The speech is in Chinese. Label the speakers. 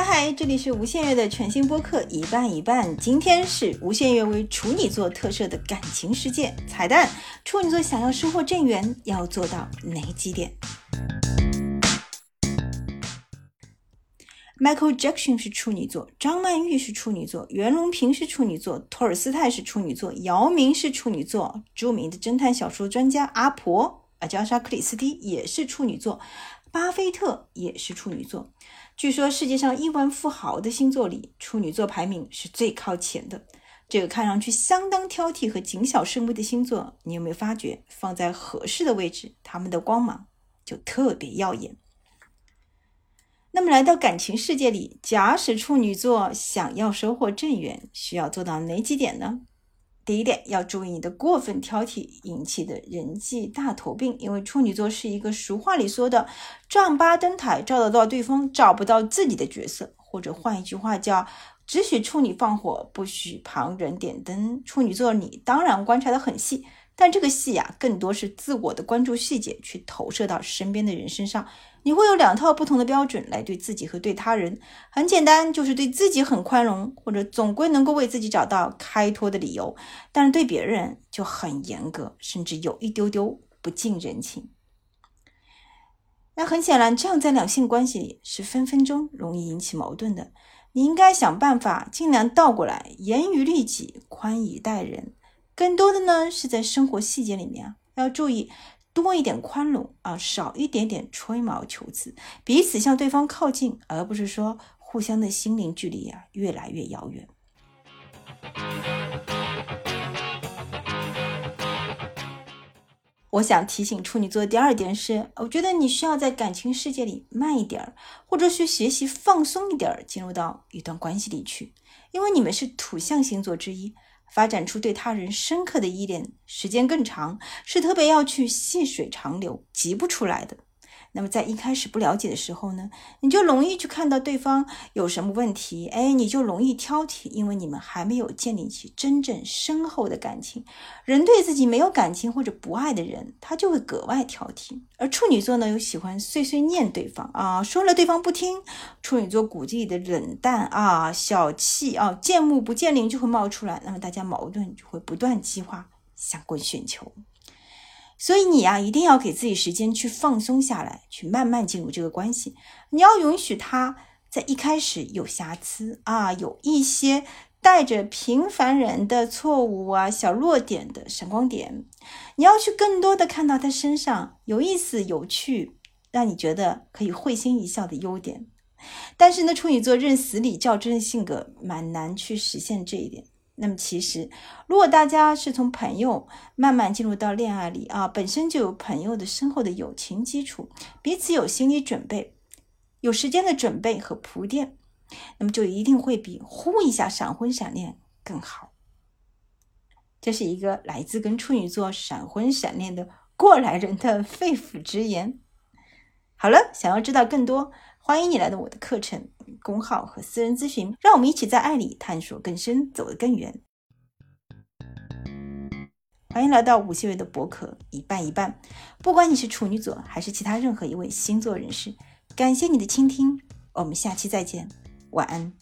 Speaker 1: 嗨，这里是无限月的全新播客一半一半。今天是无限月为处女座特设的感情世界彩蛋，处女座想要收获正缘要做到哪几点？ Michael Jackson 是处女座，张曼玉是处女座，袁隆平是处女座，托尔斯泰是处女座，姚明是处女座，著名的侦探小说专家阿婆加莎克里斯蒂也是处女座，巴菲特也是处女座。据说世界上亿万富豪的星座里，处女座排名是最靠前的。这个看上去相当挑剔和谨小慎微的星座，你有没有发觉放在合适的位置，他们的光芒就特别耀眼。那么来到感情世界里，假使处女座想要收获正缘，需要做到哪几点呢？第一点，要注意你的过分挑剔引起的人际大头病，因为处女座是一个俗话里说的丈八灯台，照得到对方照不到自己的角色，或者换一句话叫只许处女放火，不许旁人点灯。处女座你当然观察得很细，但这个细更多是自我的关注细节去投射到身边的人身上，你会有两套不同的标准来对自己和对他人。很简单，就是对自己很宽容，或者总归能够为自己找到开脱的理由，但是对别人就很严格，甚至有一丢丢不近人情。那很显然，这样在两性关系里是分分钟容易引起矛盾的。你应该想办法尽量倒过来，严于律己，宽以待人。更多的呢，是在生活细节里面要注意多一点宽容少一点点吹毛求疵，彼此向对方靠近，而不是说互相的心灵距离越来越遥远。我想提醒处女座第二点是，我觉得你需要在感情世界里慢一点，或者去学习放松一点，进入到一段关系里去，因为你们是土象星座之一，发展出对他人深刻的依恋时间更长，是特别要去细水长流，急不出来的。那么在一开始不了解的时候呢，你就容易去看到对方有什么问题，你就容易挑剔，因为你们还没有建立起真正深厚的感情。人对自己没有感情或者不爱的人，他就会格外挑剔。而处女座呢，又喜欢碎碎念对方说了对方不听。处女座骨子里的冷淡小气见木不见林就会冒出来，那么大家矛盾就会不断激化，像滚雪球。所以你一定要给自己时间去放松下来，去慢慢进入这个关系。你要允许他在一开始有瑕疵有一些带着平凡人的错误小弱点的闪光点，你要去更多的看到他身上有意思有趣，让你觉得可以会心一笑的优点。但是呢，处女座认死理较真的性格蛮难去实现这一点。那么其实如果大家是从朋友慢慢进入到恋爱里本身就有朋友的深厚的友情基础，彼此有心理准备，有时间的准备和铺垫，那么就一定会比呼一下闪婚闪恋更好。这是一个来自跟处女座闪婚闪恋的过来人的肺腑之言。好了，想要知道更多，欢迎你来到我的课程、公号和私人咨询，让我们一起在爱里探索更深，走得更远。欢迎来到无限月的博客一半一半，不管你是处女座还是其他任何一位星座人士，感谢你的倾听，我们下期再见，晚安。